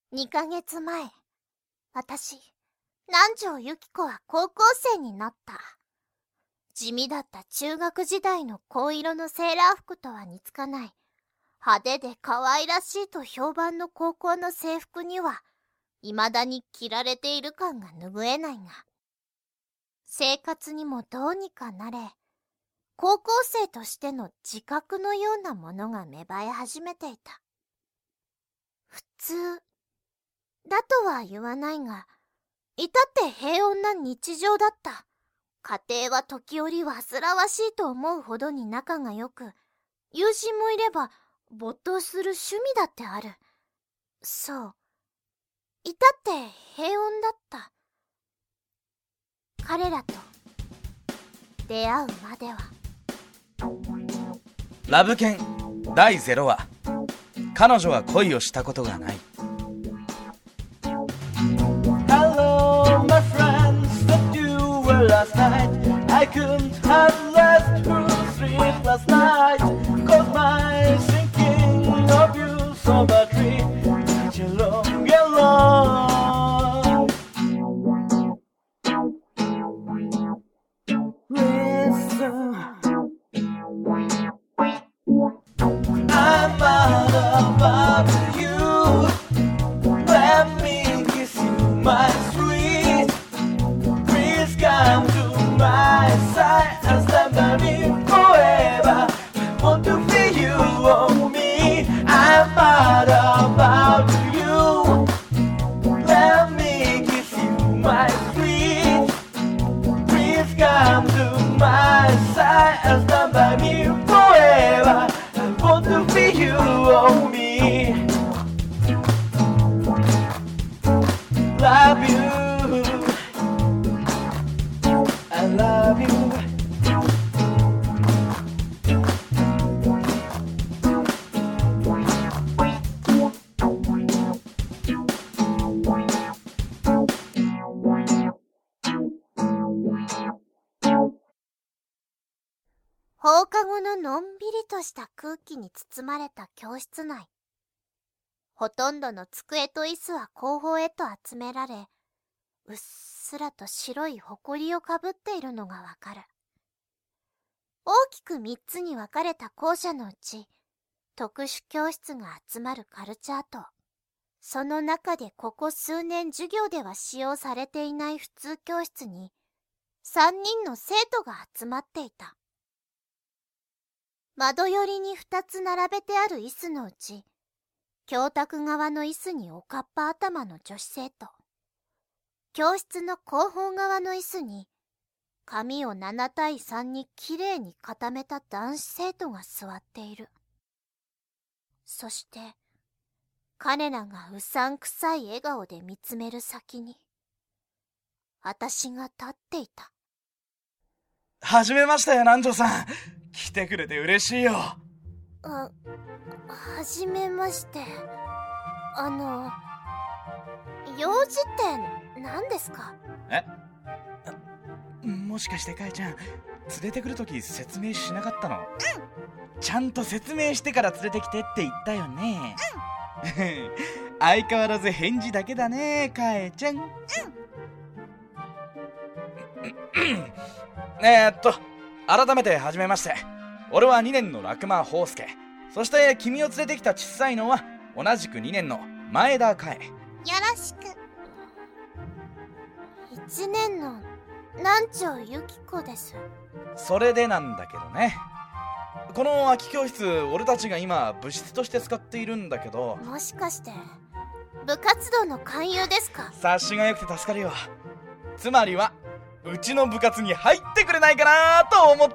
2ヶ月前、私、南條由紀子は高校生になった。地味だった中学時代の紺色のセーラー服とは似つかない、派手で可愛らしいと評判の高校の制服には、未だに着られている感が拭えないが、生活にもどうにかなれ、高校生としての自覚のようなものが芽生え始めていた。普通だとは言わないが、至って平穏な日常だった。家庭は時折煩わしいと思うほどに仲が良く、友人もいれば没頭する趣味だってある。そう。至って平穏だった。彼らと出会うまでは。 ラブ犬第0話。彼女は恋をしたことがない。 Hello my friends, that you were last night. I couldn't have let you sleep last night, cause my thinking of you so badly, such a long and long. Listen, I'm mad about you. Let me kiss you, my sweet. Please come to my side and stand by me forever. I want to feel you on me. I'm mad about you. Let me kiss you, my sweet. Please come to my side and stand by me forever. I want to feel you on me. Love you, I love you. 放課後ののんびりとした空気に包まれた教室内。ほとんどの机と椅子は後方へと集められ、うっすらと白い埃をかぶっているのがわかる。大きく3つに分かれた校舎のうち、特殊教室が集まるカルチャーと、その中でここ数年授業では使用されていない普通教室に、3人の生徒が集まっていた。窓寄りに2つ並べてある椅子のうち、教卓側の椅子におかっぱ頭の女子生徒、教室の後方側の椅子に、髪を7対3にきれいに固めた男子生徒が座っている。そして、彼らがうさんくさい笑顔で見つめる先に、私が立っていた。 はじめまして南條さん、来てくれて嬉しいよ。 はじめまして。用事って何ですか？ もしかしてかえちゃん、連れてくるとき説明しなかったの？ちゃんと説明してから連れてきてって言ったよね。相変わらず返事だけだね、かえちゃん。改めてはじめまして。俺は2年のラクマホウスケ。そして君を連れてきた小さいのは同じく2年の前田かえ。 よろしく。1年の南條由紀子です。 それでなんだけどね、この空き教室、俺たちが今部室として使っているんだけど。 もしかして部活動の勧誘ですか？ 察しが良くて助かるよ。つまりはうちの部活に入ってくれないかなと思って。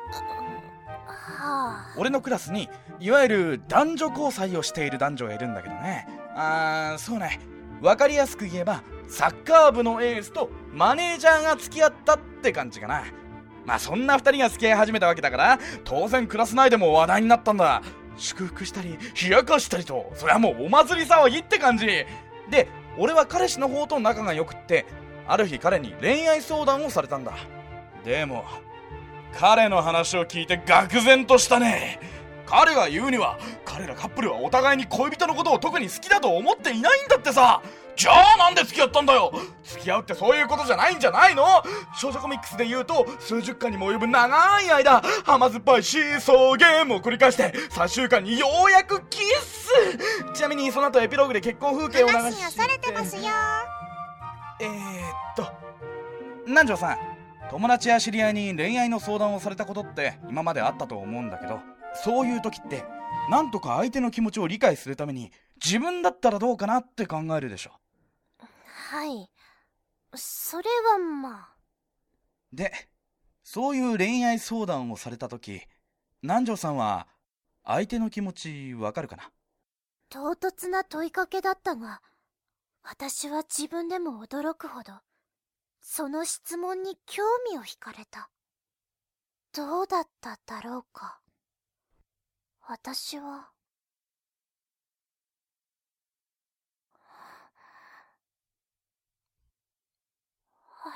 俺のクラスにいわゆる男女交際をしている男女がいるんだけどね。そうね、分かりやすく言えばサッカー部のエースとマネージャーが付き合ったって感じかな。まあそんな2人が付き合い始めたわけだから、当然クラス内でも話題になったんだ。祝福したり冷やかしたりと、それはもうお祭り騒ぎって感じで、俺は彼氏の方と仲が良くって、ある日彼に恋愛相談をされたんだ。でも彼の話を聞いて愕然としたね。 彼が言うには、彼らカップルはお互いに恋人のことを特に好きだと思っていないんだってさ。じゃあなんで付き合ったんだよ。付き合うってそういうことじゃないんじゃないの。少女コミックスで言うと、数十巻にも及ぶ長い間甘酸っぱいシーソーゲームを繰り返して最終巻にようやくキス。ちなみにその後エピローグで結婚風景を流して話がそれてますよ。 南條さん、友達や知り合いに恋愛の相談をされたことって今まであったと思うんだけど、そういう時ってなんとか相手の気持ちを理解するために自分だったらどうかなって考えるでしょ。 はい、それはまあ。 で、そういう恋愛相談をされた時、南條さんは相手の気持ちわかるかな。 唐突な問いかけだったが、私は自分でも驚くほどその質問に興味を惹かれた。どうだっただろうか。私はあ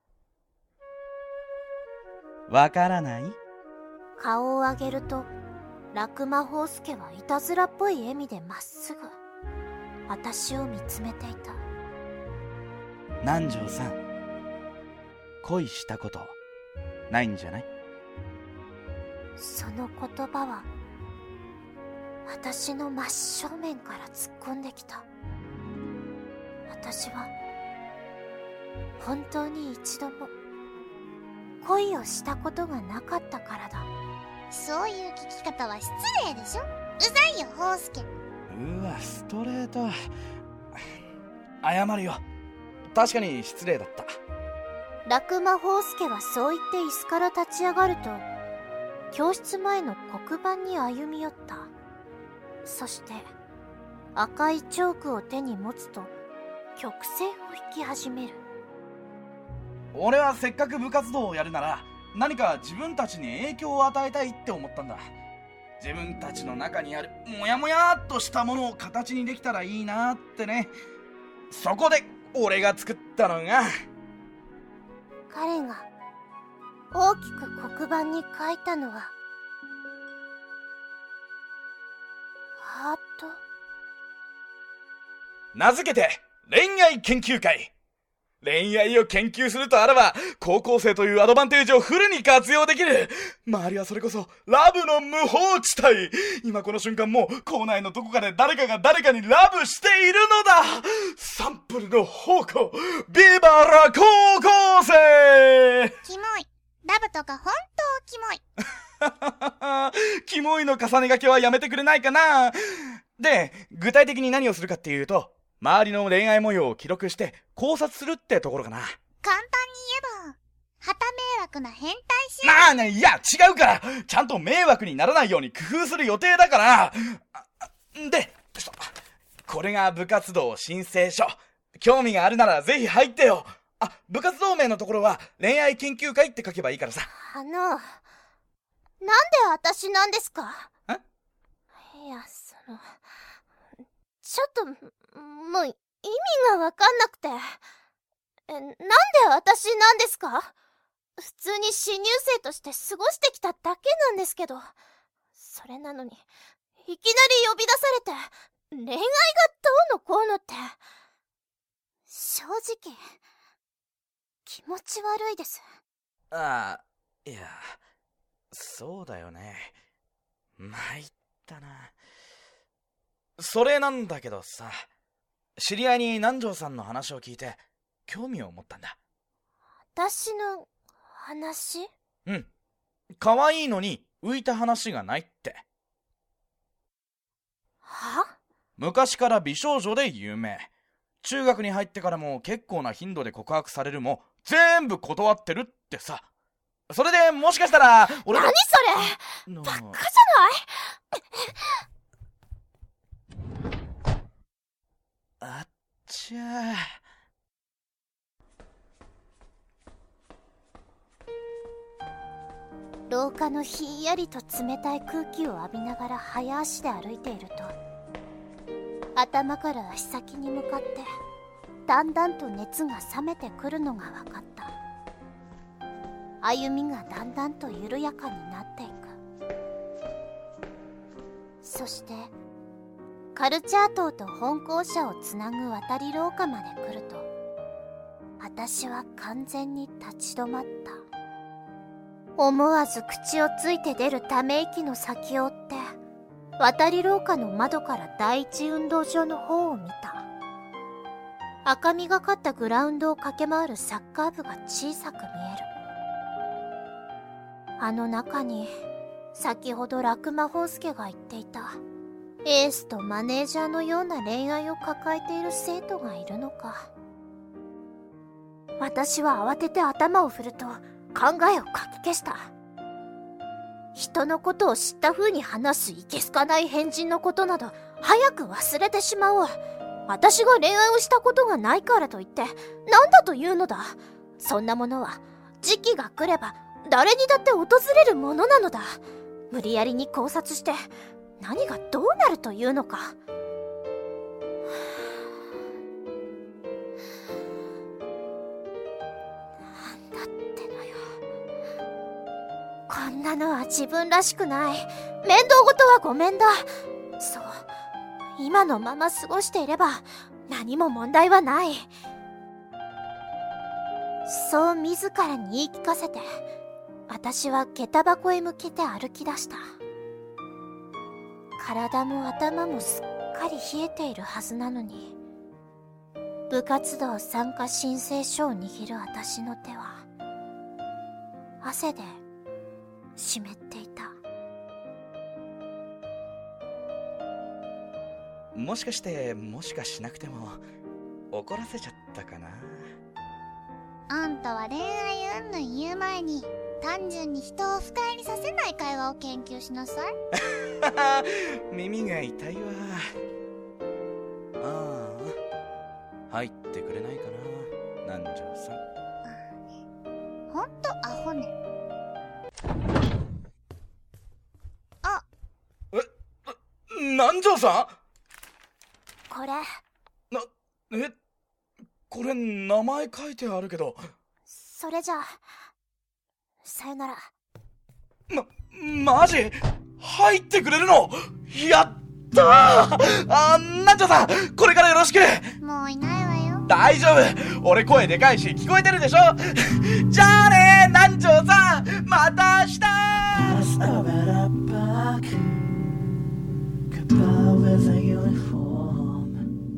れ、 わからない？ 顔を上げると落馬宝介はいたずらっぽい笑みでまっすぐ私を見つめていた。 南條さん、恋したことないんじゃない？ その言葉は私の真正面から突っ込んできた。私は本当に一度も恋をしたことがなかったからだ。 そういう聞き方は失礼でしょ。うざいよ、宝介。 うわ、ストレート。謝るよ。確かに失礼だった。 落馬宝介はそう言って椅子から立ち上がると、教室前の黒板に歩み寄った。そして赤いチョークを手に持つと曲線を引き始める。 俺はせっかく部活動をやるなら何か自分たちに影響を与えたいって思ったんだ。自分たちの中にあるモヤモヤっとしたものを形にできたらいいなってね。そこで俺が作ったのが、 彼が大きく黒板に書いたのはハート。 名付けて恋愛研究会。恋愛を研究するとあらば、高校生というアドバンテージをフルに活用できる。周りはそれこそラブの無法地帯。今この瞬間も校内のどこかで誰かが誰かにラブしているのだ。サンプルの宝庫、ビバラ高校生。 キモい。ラブとか本当キモい。 キモいの重ね書きはやめてくれないかな。で、具体的に何をするかっていうと、周りの恋愛模様を記録して考察するってところかな。 簡単に言えば、旗迷惑な変態集。 いや違うから、ちゃんと迷惑にならないように工夫する予定だから。で、これが部活動申請書。興味があるならぜひ入ってよ。部活動名のところは恋愛研究会って書けばいいからさ。 なんで私なんですか？いや、ちょっともう意味がわかんなくて。なんで私なんですか？普通に新入生として過ごしてきただけなんですけど。それなのにいきなり呼び出されて恋愛がどうのこうのって、正直気持ち悪いです。 いや、そうだよね。参ったな。それなんだけどさ、知り合いに南條さんの話を聞いて興味を持ったんだ。 私の話？ うん。可愛いのに浮いた話がないって。 は？ 昔から美少女で有名。中学に入ってからも結構な頻度で告白されるも全部断ってるってさ。それでもしかしたら俺何それ、バカじゃない？ あっちゃー。廊下のひんやりと冷たい空気を浴びながら早足で歩いていると、頭から足先に向かってだんだんと熱が冷めてくるのが分かった。歩みがだんだんと緩やかになっていく。 そしてカルチャー島と本校舎をつなぐ渡り廊下まで来ると、私は完全に立ち止まった。思わず口をついて出るため息の先を追って渡り廊下の窓から第一運動場の方を見た。赤みがかったグラウンドを駆け回るサッカー部が小さく見える。あの中に先ほどラクマホウスケが言っていたエースとマネージャーのような恋愛を抱えている生徒がいるのか。私は慌てて頭を振ると考えをかき消した。人のことを知った風に話すいけすかない変人のことなど早く忘れてしまおう。私が恋愛をしたことがないからといって何だというのだ。そんなものは時期が来れば誰にだって訪れるものなのだ。無理やりに考察して何がどうなるというのか。なんだってのよ。こんなのは自分らしくない。面倒ごとはごめんだ。そう、今のまま過ごしていれば何も問題はない。そう自らに言い聞かせて、私は下駄箱へ向けて歩き出した。体も頭もすっかり冷えているはずなのに、部活動参加申請書を握る私の手は汗で湿っていた。 もしかしてもしかしなくても怒らせちゃったかな。 あんたは恋愛云々言う前に単純に人を不快にさせない会話を研究しなさい。 耳が痛いわ。ああ、入ってくれないかな、南條さん。 ほんとアホね。あ、 南條さこれこれ名前書いてあるけど。 それじゃあさよなら。 マジ入ってくれるの？やったー。南條さん、これからよろしく。 もういないわよ。 大丈夫、俺声でかいし聞こえてるでしょ。じゃあねー、南條さん、また明日。 Pass a red back. Goodbye with a uniform.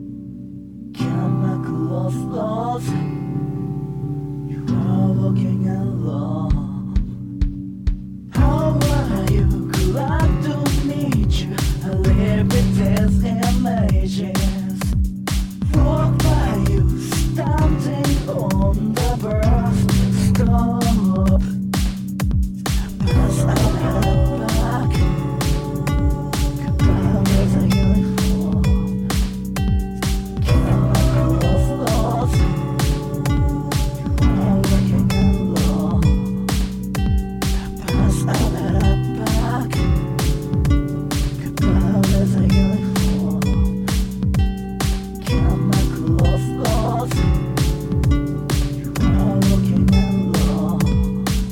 Come across lost. You are walking alone. How are you? Glad to meet you. I live with these images. Walk by you, standing on the bus stop. Pass a red back. Goodbye with a uniform. Come across lost. You are walking alone. Pass a red back. Goodbye with a uniform. Come across lost. You are walking alone.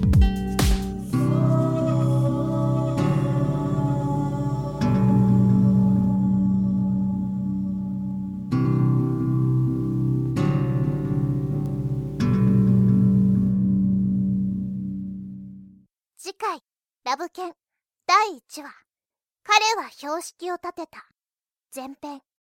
次回ラブケン第1話、彼は標識を立てた前編。